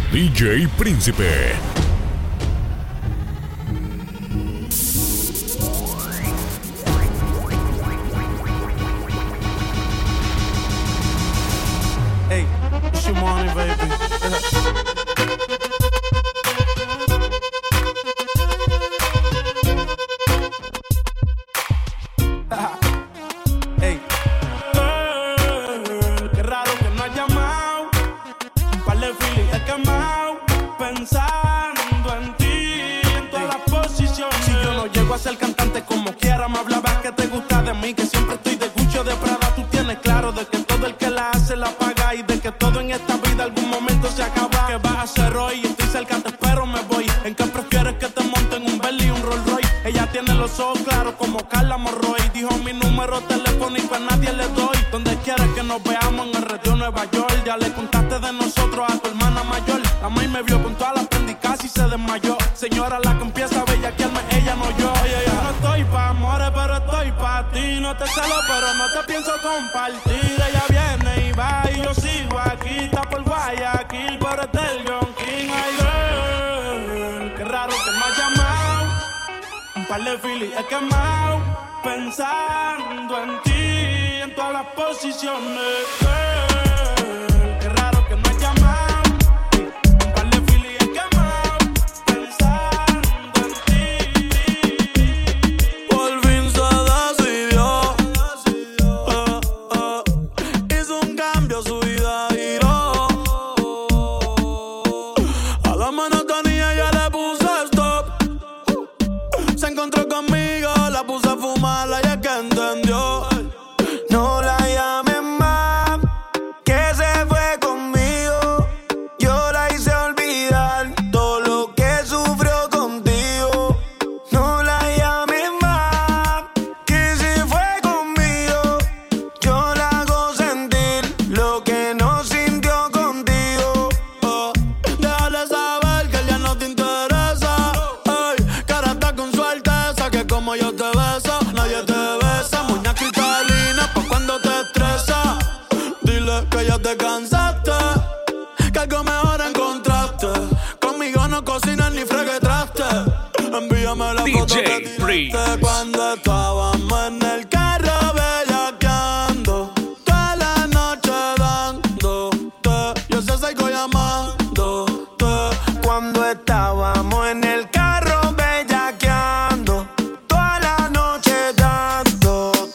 DJ Príncipe. Hey, it's your money, baby. Hey, qué raro que no has llamado. Un par de filis he quemado, pensando en ti, en todas las posiciones. Si yo no llego a ser cantante como quiera, me hablabas que te gusta de mí, que siempre estoy de Gucci o de Prada. Tú tienes claro de que todo el que la hace la paga y de que todo en esta vida algún momento se acaba. ¿Qué vas a hacer hoy? Estoy cerca, te espero, me voy. ¿En qué prefieres que te monten un Bentley y un Rolls Royce? Ella tiene los ojos claros como Carla Morroy. Dijo mi número telefónico a nadie le doy. Donde quieras que nos veamos en el retiro Nueva York. Ya le contaste de nosotros a tu hermana mayor. La maíz me vio con todas las prendicas y se desmayó. Señora, la que empieza a bellaquearme, ella no yo. Yo no estoy pa' amores, pero estoy pa' ti. No te celo, pero no te pienso compartir. Ella viene y va y yo sigo aquí. Está por Guayaquil, pero es del John King. Ay, girl, qué raro que me has llamado. Un par de filis he quemado, pensando en ti, en todas las posiciones. Girl, qué raro que me has llamado. Un par de filis he quemado, pensando en ti. Por fin se decidió, hizo un cambio, su vida giró. A la monotonía ya le puse stop. Se encontró conmigo, la puse a fumar, y es que entendió. No la llames más, que se fue conmigo. Yo la hice olvidar todo lo que sufrió contigo. No la llames más, que se fue conmigo. Yo la hago sentir lo que no sintió contigo. Déjale saber que ya no te interesa. Cara está con su alteza, que como yo te beso, nadie te besa. Muñeca cristalina pa' cuando te estresa. Dile que ya te cansaste, que algo mejor encontraste. Conmigo no cocinas ni freguetraste. Envíame la foto que tiraste cuando estábamos en el carro bellaqueando. Toda la noche dándote, yo se sigo llamándote. Cuando estábamos en el carro bellaqueando. Toda la noche dándote.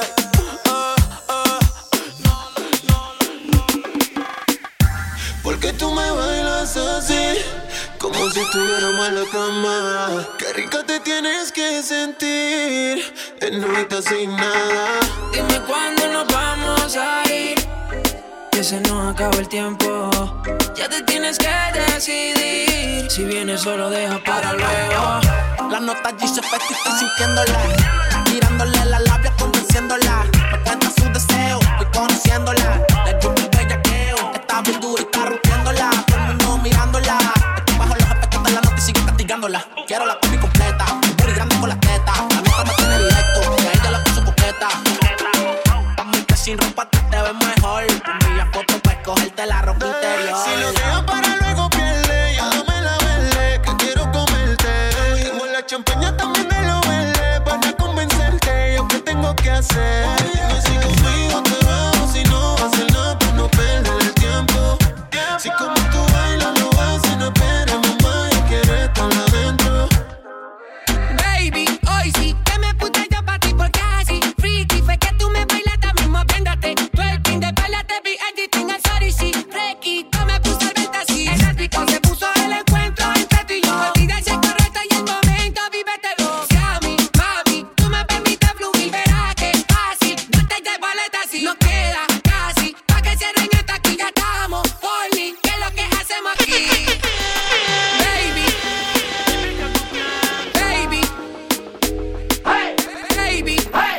Porque tú me bailas así, como si estuviéramos en la cama. Qué rica te tienes que sentir, en ahorita sin nada. Dime cuándo nos vamos a ir, que se nos acaba el tiempo. Ya te tienes que decidir, si vienes solo deja para luego. La nota dice que estoy sintiéndola, tirándole la labia, convenciéndola. Me cuenta su deseo, voy conociéndola. Le gusta el bellaqueo, está bien dura y está rompiéndola. Todo el mundo mirándola, estoy bajo los efectos de la nota y sigo castigándola. Quiero la combi completa, un booty grande con las tetas. La nota me tiene directo, y a ella la puso coqueta. Pa' mí que sin ropa tú te ves mejor. Te envías fotos pa' escogerte la ropa interior. Si lo dejas para luego pierde, ya dame la verde, que quiero comerte. Tengo la champaña también de lo verde, para convencerte. Yo qué tengo que hacer. Dime si conmigo te vas, si no va a hacer nada para no perder el tiempo. Si como tú bailas lo haces, no esperemos más, yo quiero estar adentro. Baby, hoy sí que me puse yo pa' ti porque así freaky fue que tú me bailaste mismo viéndote. Tú el fin de baila te vi editing al sorry sí. Freaky, tú me puse al fantasy. El ático se puso el encuentro entre tú y yo. Olvida si es correcto y el momento vívetelo. Si a mí, mami, tú me permites fluir. Verás que fácil, no te llevo a la así. No queda casi, pa' que cierren esta aquí. Ya estamos horny, ¿qué es lo que hacemos aquí? Baby, baby, baby,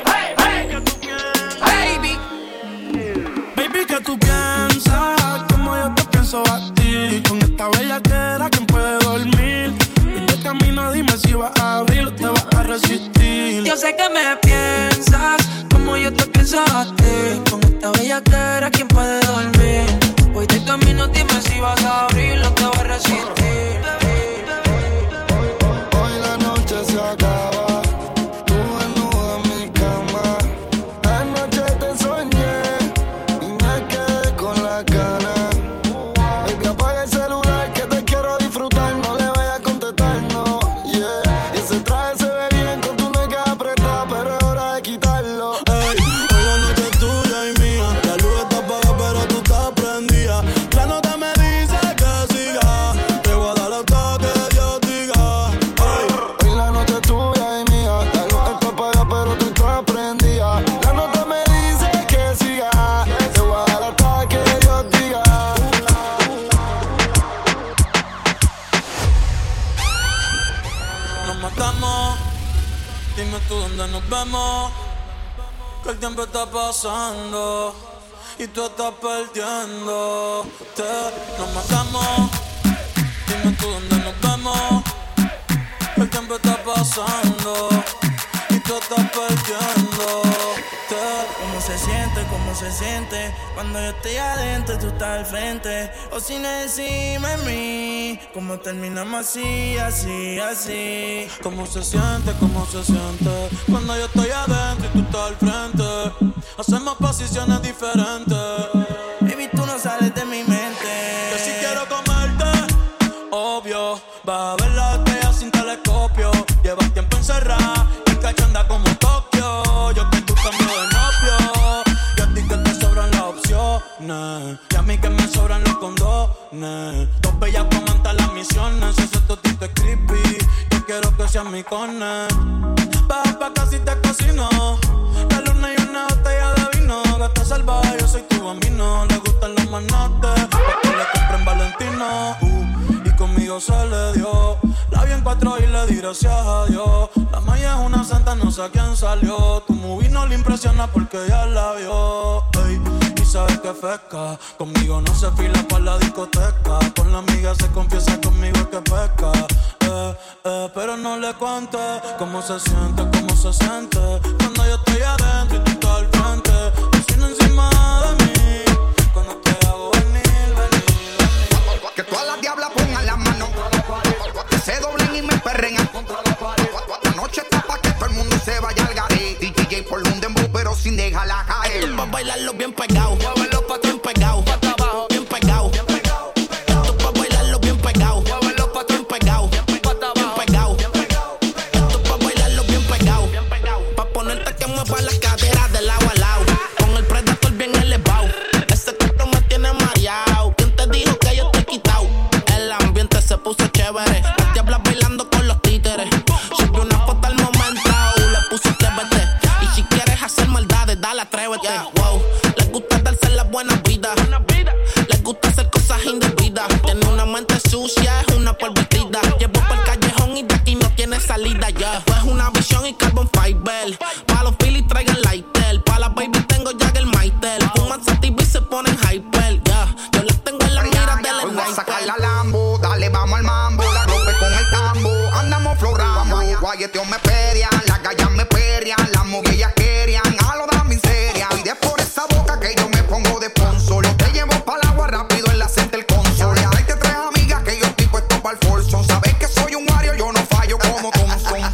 baby. Baby, ¿qué tú piensas? Como yo te pienso a ti. Con esta bellaquera, ¿quién puede dormir? Vete camino, dime si vas a abrir o te vas a resistir. Yo sé que me piensas como yo te pienso a ti. Con esta bellaquera, ¿quién puede dormir? Voy de camino, dime si vas a abrir o te vas a dónde nos vemos, que el tiempo está pasando y tú estás perdiendo. Nos matamos, dime tú dónde nos vemos, que el tiempo está pasando y tú estás perdiendo. ¿Cómo se siente cuando yo estoy adentro y tú estás al frente? O si no encima de mí, ¿cómo terminamos así, así, así? ¿Cómo se siente cuando yo estoy adentro y tú estás al frente? Hacemos posiciones diferentes. Baby, tú no sales de mi mente. Yo sí quiero comerte, obvio. Vas a ver la estrella sin telescopio. Llevas tiempo encerrada y cachanda como Tokio. Yo que tú cambio de novio y a ti que te sobran las opciones y a mí que me sobran los condones. Dos bellas para montar las misiones. Ese totito es creepy, yo quiero que seas mi cone. Baja pa' casi te cocino. La luna y una botella de vino. Gata salvaje, yo soy tu bambino. Le gustan los manates, pa' que le compren Valentino. Y conmigo se le dio. La vi en 4 y le di gracias a Dios. La maya es una santa, no sé a quién salió. Tu movie no le impresiona porque ya la vio. Ey, y sabes que fresca. Conmigo no se fila pa' la discoteca. Con la amiga se confiesa, conmigo es que pesca. Pero no le cuente cómo se siente cuando yo estoy adentro y tú estás al frente. Vecino encima de mí cuando te hago venir. Que todas las diablas pongan las manos, que se doblen y me perren. La noche está pa' que todo el mundo se vaya al garé. DJ por un dembow pero sin dejarla caer. Esto pa' bailarlo bien pegado, muévelo pa' bien pegado, pa' abajo bien pegado. Esto pa' bailarlo bien pegado, muévelo pa' bien pegado, pa' abajo bien pegado. Esto pa' bailarlo bien pegado, pa' ponerte que mueva las caderas de lado a lado. Con el Predator bien elevado, ese cuerpo me tiene mareado. ¿Quién te dijo que yo te he quitado? El ambiente se puso chévere, las diablas bailando con los títeres. Subí una foto al momento, le puse atrévete. Y si quieres hacer maldades, dale, atrévete. Wow, les gusta darse las buenas vidas, les gusta hacer cosas indebidas. Tiene una mente sucia, es una pervertida. Llevo por el callejón y de aquí no tiene salida ya. Esto es una visión y carbon fiber. Pa' los Phillies traigan lighter, pa' las baby tengo Jagger Meister. Fuman sativa y se ponen hyper, ya. Yo las tengo en la mira del Hoy voy a sacar sniper. la Lambo, dale vamos al mambo. La rompe con el tambo, andamos florando. Guayeteo me pedian, las gallas me perrean. Las movillas querían, a lo da miseria. Y de por esa boca que yo me pongo de sponsor. Yo te llevo pa'l agua rápido en la center console. Tráete 3 amigas que yo estoy puesto pa'l Folsom. Sabes que soy un Wario, yo no fallo como Thompson.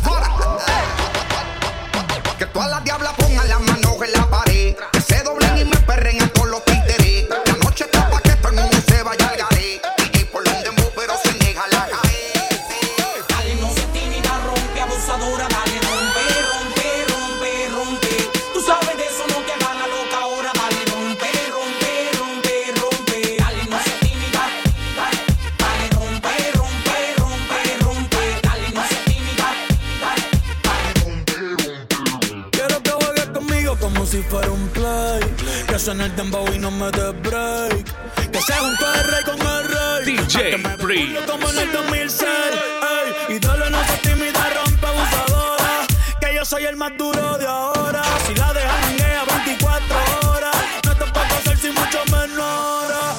Que todas las diablas pongan las manos en la pared. Que se doblen y me perren a todos los títeres. La noche está pa' que todo el mundo se vaya al garé. DJ por un dembow pero sin dejarla caer. Dale, no se tímida, rompe, abusadora. Dale, rompe, rompe, rompe, rompe. Tú sabes de eso, no te hagas la loca ahora. Dale, rompe, rompe, rompe, rompe. Dale, no se tímida. Dale, rompe, rompe, rompe, rompe. Dale, no se tímida. Dale, rompe, rompe. Quiero que juegues conmigo como si fuera un play. Que suene el dembow y no me des break. Que sea junto al rey con el rey. DJ Que me Free. pongo como en el 2006. Ey, y dale, no seas tímida, rompe abusadora. Que yo soy el más duro de ahora. Si la dejan janguea 24 horas. No te puedo hacer sin mucho menor.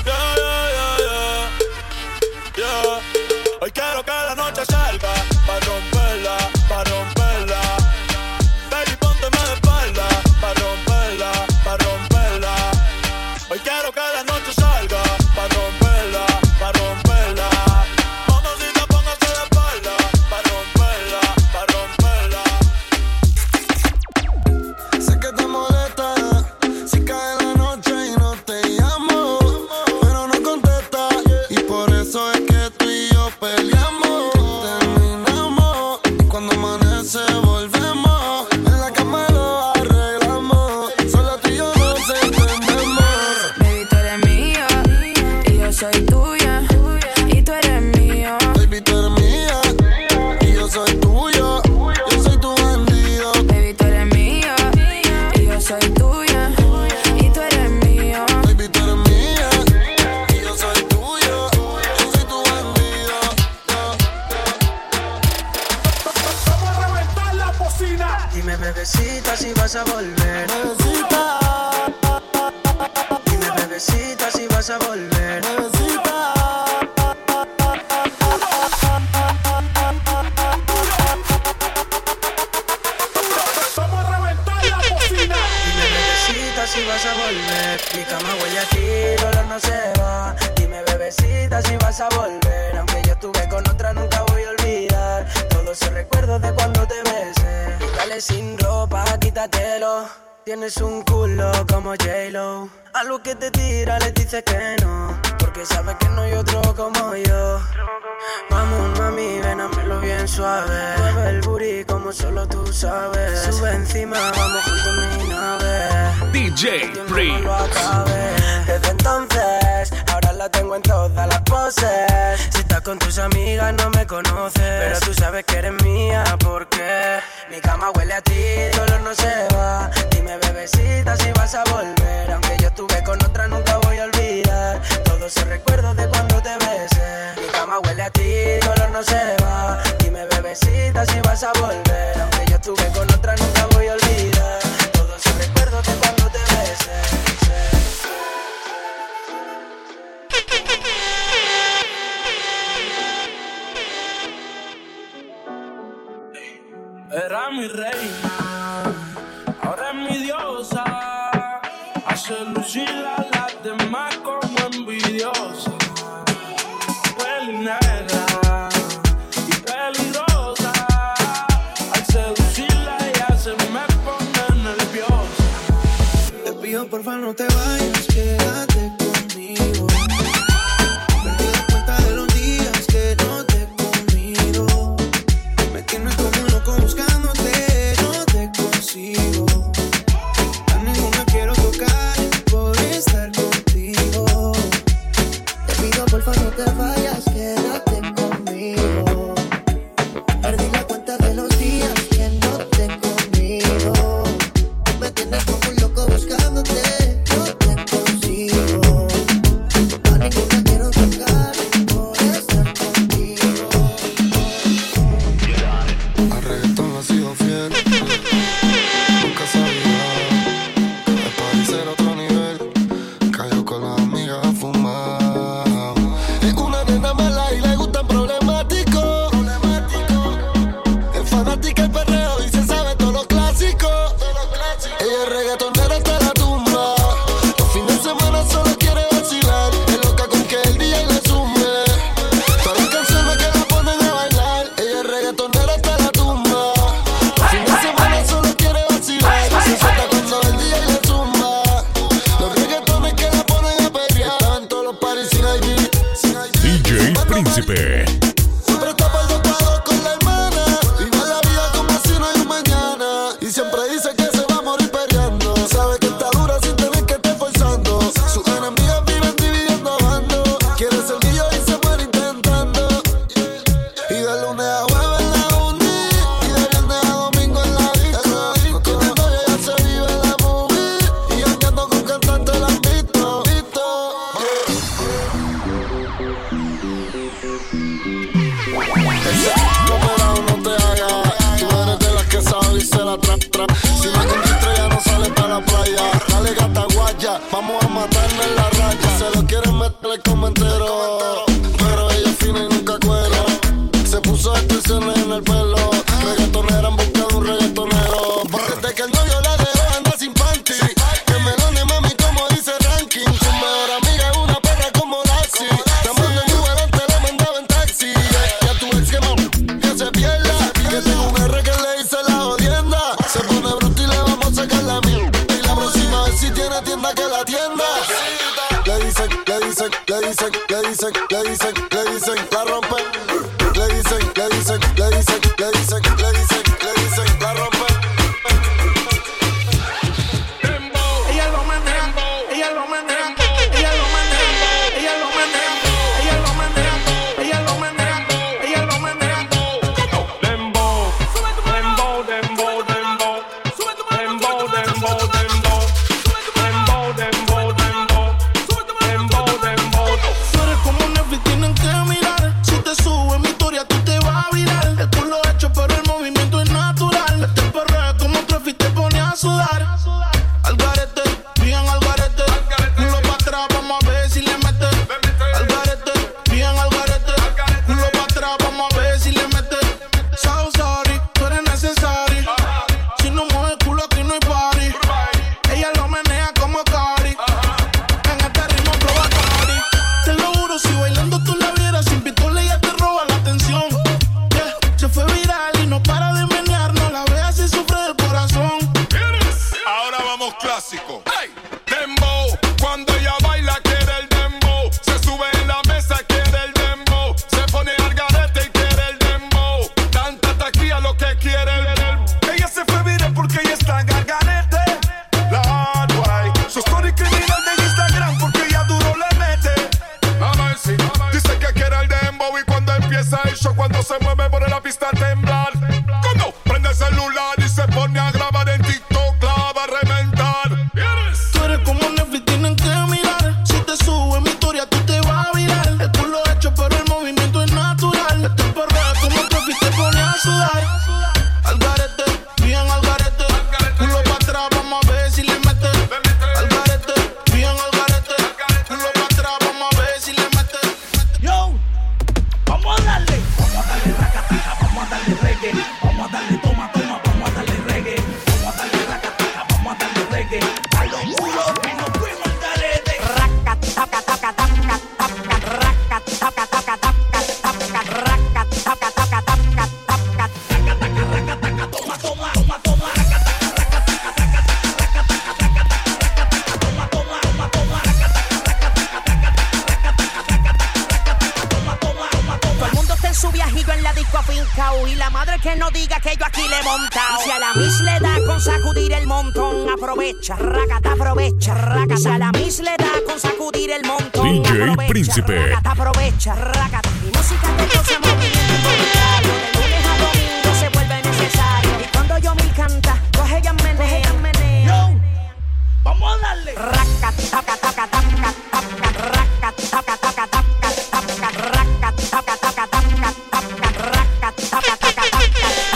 Hoy quiero que la noche salga pa' romperla, pa' romperla. Baby, pónteme de espalda pa' romperla, pa' romperla. Hoy quiero que la noche salga pa' romperla, pa' romperla. Mamacita, póngase de espalda pa' romperla, pa' romperla. Sé que te molesta si cae la noche y no te llamo, pero no contesta. Y por eso es que tú y yo peleamos, terminamos y cuando amanece volvemos. En la cama lo arreglamos, solo tú y yo nos entendemos. Baby, tú eres mía y yo soy tuya. Y tú eres mío. Baby, tú eres mía y yo soy tuyo. Yo soy tu bandido. Baby, tú eres mía y yo soy tuya. Y tú eres mío. Baby, tú eres mía y yo soy tuyo. Yo soy tu bandido. Vamos a reventar la bocina. bebecita, si vas a volver. Bebecita. Dime, bebecita, si vas a volver. Bebecita. Vamos a reventar la cocina. Dime, bebecita, si vas a volver. Mi cama huele a ti, el olor no se va. Dime, bebecita, si vas a volver. Aunque yo estuve con otra, nunca voy a olvidar todos esos recuerdos de cuando te besé. Dale sin ropa, quítatelo. Tienes un culo como J-Lo. A lo que te tira le dices que no, porque sabes que no hay otro como yo. Vamos, mami, ven, hámelo bien suave. Mueve el booty como solo tú sabes. Sube encima, vamos juntos en mi nave. DJ Prince. Desde entonces, ahora la tengo en todas las poses. Si estás con tus amigas no me conoces, pero tú sabes que eres mía porque mi cama huele a ti, el olor no se va. Dime, bebecita, si vas a volver. Aunque yo estuve con otra, nunca voy a olvidar todos esos recuerdos de cuando te besé. Mi cama huele a ti, el olor no se va. Dime, bebecita, si vas a volver. Aunque yo estuve con otra, nunca voy a olvidar todos esos recuerdos de cuando te besé. Era mi reina, ahora es mi diosa. Hace lucir a las demás como envidiosa. Peli negra y peligrosa. Al seducirla ella se me pone nerviosa. Te pido porfa no te vayas, quédate conmigo. Perdí la cuenta de los días que no te he comido. Me tienes como un loco buscándote, no te consigo. A ninguna quiero tocar por estar contigo. Te pido porfa no te vayas, quédate conmigo. Perdí la cuenta de los días que no te he comido. Me tienes como un loco buscándote, no te consigo. A ninguna quiero tocar por estar contigo. Al reggaetón ha sido fiel, nunca sabía. El país era otro nivel, cayó con las amigas a fumar. Es una nena mala y le gustan problemáticos. Es fanática del perreo y se sabe todos los clásicos. Ella es reggaetonera hasta la tumba. Los fines de semana solo quiere vacilar. Es loca con que el DJ le sume. Todas las canciones que la ponen a bailar. Ella es reggaetonera hasta la tumba. Los fines de semana solo quiere vacilar. Se suelta cuando el DJ le zumba. Los reggaetones que la ponen a pelear. Están todos los parties sin ID. DJ Príncipe. Siempre está por dos lados con la hermana. Vive la vida como si no hay un mañana. Y siempre dice que se va a morir peleando. Sabe que está dura sin tener que estar forzando. Sus enemigas viven dividiendo bandos. Quiere ser guillo y se muere intentando. Y de lunes a jueves en la uni. Y de viernes a domingo en la disco. No tiene novia, ya se vive la movie. Y andando con cantantes la han visto. Cooperado no te hagas. Tú eres de las que sabe y se la tra. Si no encuentras ya no sale para la playa. Dale gata guaya, vamos a matarle en la raya. Se lo quieren meter como entero, pero ella es fina y nunca cuero. Se puso extensiones en el pelo. Reggaetonera en busca de un reggaetonero. Porque desde que el novio la dejó anda sin panty. Que me done mami como dice ranking. Su mejor amiga es una perra como Lassie. La mando en Uber, antes la mandaba en taxi. Y a tu ex que se pierda. Que tengo un R que le hice la jodienda. Se pone bruto y le vamos a sacar la mierda. Y la próxima vez si tiene tienda que la atienda. Le dicen, la rompen. Le dicen, la rompen. Ella lo menea, ella lo menea, ella lo menea, ella lo menea, ella lo menea, ella lo menea, ella lo menea. Dembow, dembow, dembow, dembow. Dembow, dembow, dembow. Dembow, dembow, dembow. Dembow, dembow. Tú eres como Netflix, tienen que mirar. Si te subo en mi historia, tú te vas a virar. El culo hecho, pero el movimiento rico afincao. Y la madre que no diga que yo aquí le he montado. Y si a la Miss le da con sacudir el montón, aprovecha, racata, aprovecha, racata. Si a la Miss le da con sacudir el montón, DJ aprovecha, Príncipe. racata, aprovecha, racata. Mi música te causa movimiento voluntario. De lunes a domingo se vuelve necesario. Y cuando yo me canta, coge ellas menean. Vamos a darle. Racata, taca, taca, taca, taca, racata, taca, taca, taca, taca, racata, taca, taca, taca, taca, racata, taca, taca, taca,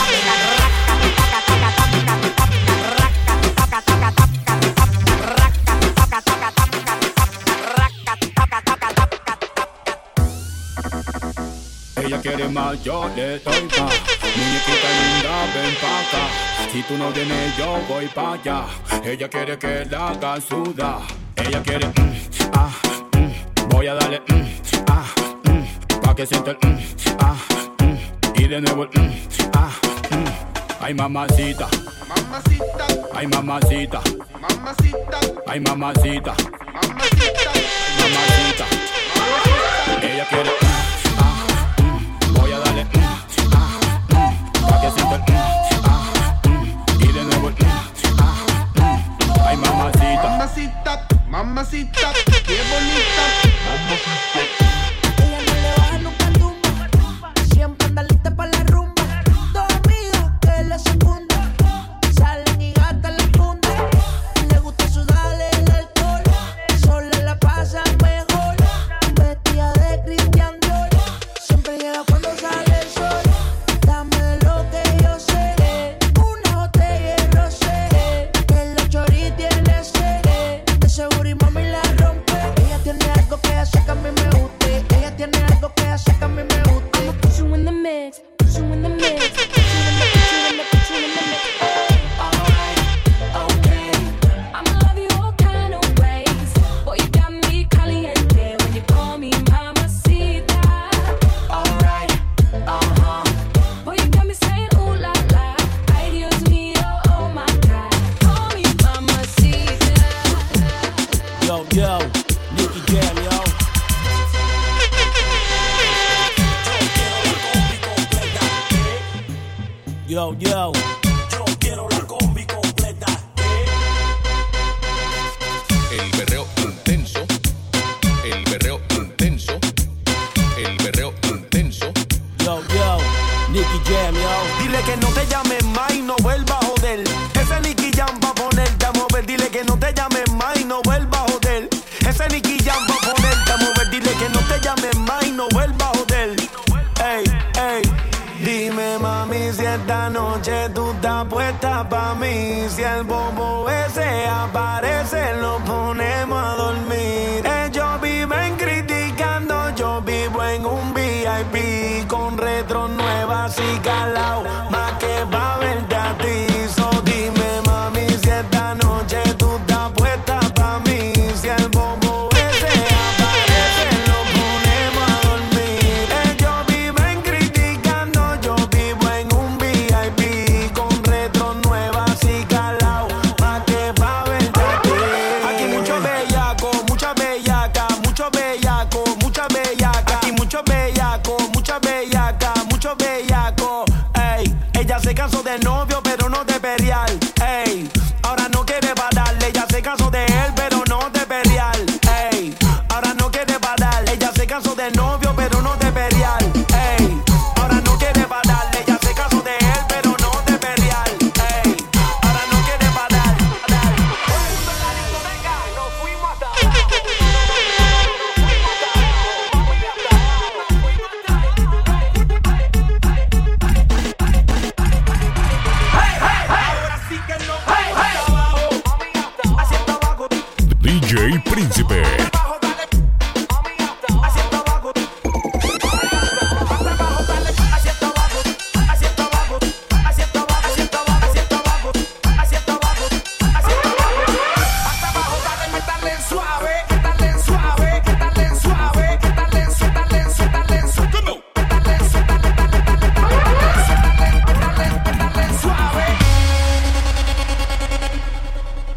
Ella quiere más, yo le doy más. Muñequita linda, ven pa' acá. Si tú no vienes, yo voy pa' allá. Ella quiere que la haga sudar. Ella quiere, voy a darle, pa' que sienta el, y de nuevo el, ay mamacita, Mamacita, ay mamacita, mamacita, ay mamacita, mamacita, mamacita. Ella quiere, voy a darle, pa' que sienta el, y de nuevo el, ay mamacita. mamacita, mamacita, qué bonita, mamacita. ella no le baja nunca el rumba. Siempre anda lista para la rumba. Dos amigas que le secundan, salen y gastan la funda. Le gusta sudarle el alcohol, sola la pasa mejor. Vestida de Christian Dior, siempre llega cuando sale el sol. Dame de lo que yo sé, una botella de rosé, que la chori tiene sed. De seguro y mami la rompe. Ella tiene algo que hace que a mí me guste. Ella tiene algo que hace que a mí me guste. I'ma put you in the mix, put you in the mix, put you in the, put you in the, put you in the mix. Alright, okay. I'ma love you all kind of ways. Boy, you got me caliente when you call me mamacita. Alright, boy, you got me saying ooh la la. Ay Dios mío, oh my God. Call me mamacita. Yo, Nicky Jam, yo. Yo, yo quiero la combi completa. El berreo intenso. El berreo intenso. El berreo intenso. Yo, Nicky Jam, yo. Dile que no te llames más y no vuelva a joder. Ese Nicky Jam va a ponerte a mover. Dile que no te llames más y no vuelva a joder. Ese Nicky Jam va a ponerte a mover. Dile que no te llames más y no vuelva a joder. Ey, ey. Dime mami si esta noche tú estás puesta pa' mí. Si el bobo ese aparece lo ponemos a dormir. Ellos viven criticando, yo vivo en un VIP con retro nuevas y calao, más que pa' verte a ti. So dime mami si esta noche tú estás puesta pa' mí. Si el bobo ese aparece lo ponemos a dormir. Ellos viven criticando, yo vivo en un VIP con retro nuevas y calao, más que pa' verte a ti. Aquí mucho bellaco, mucha bellaca, mucho bellaco, mucha bellaca. Aquí mucho bellaco, mucha bellaca, mucho bellaco. Ey, ella se cansó de novio pero no de perial. Ey, ahora no quiere pararle. Ella se cansó de él pero no de perial. Ey, ahora no quiere parar. Ella se cansó de novio pero no de perial. Ey, ahora no quiere pararle. Ella se cansó de él pero no de perial. Ey, ahora no quiere parar. DJ Príncipe.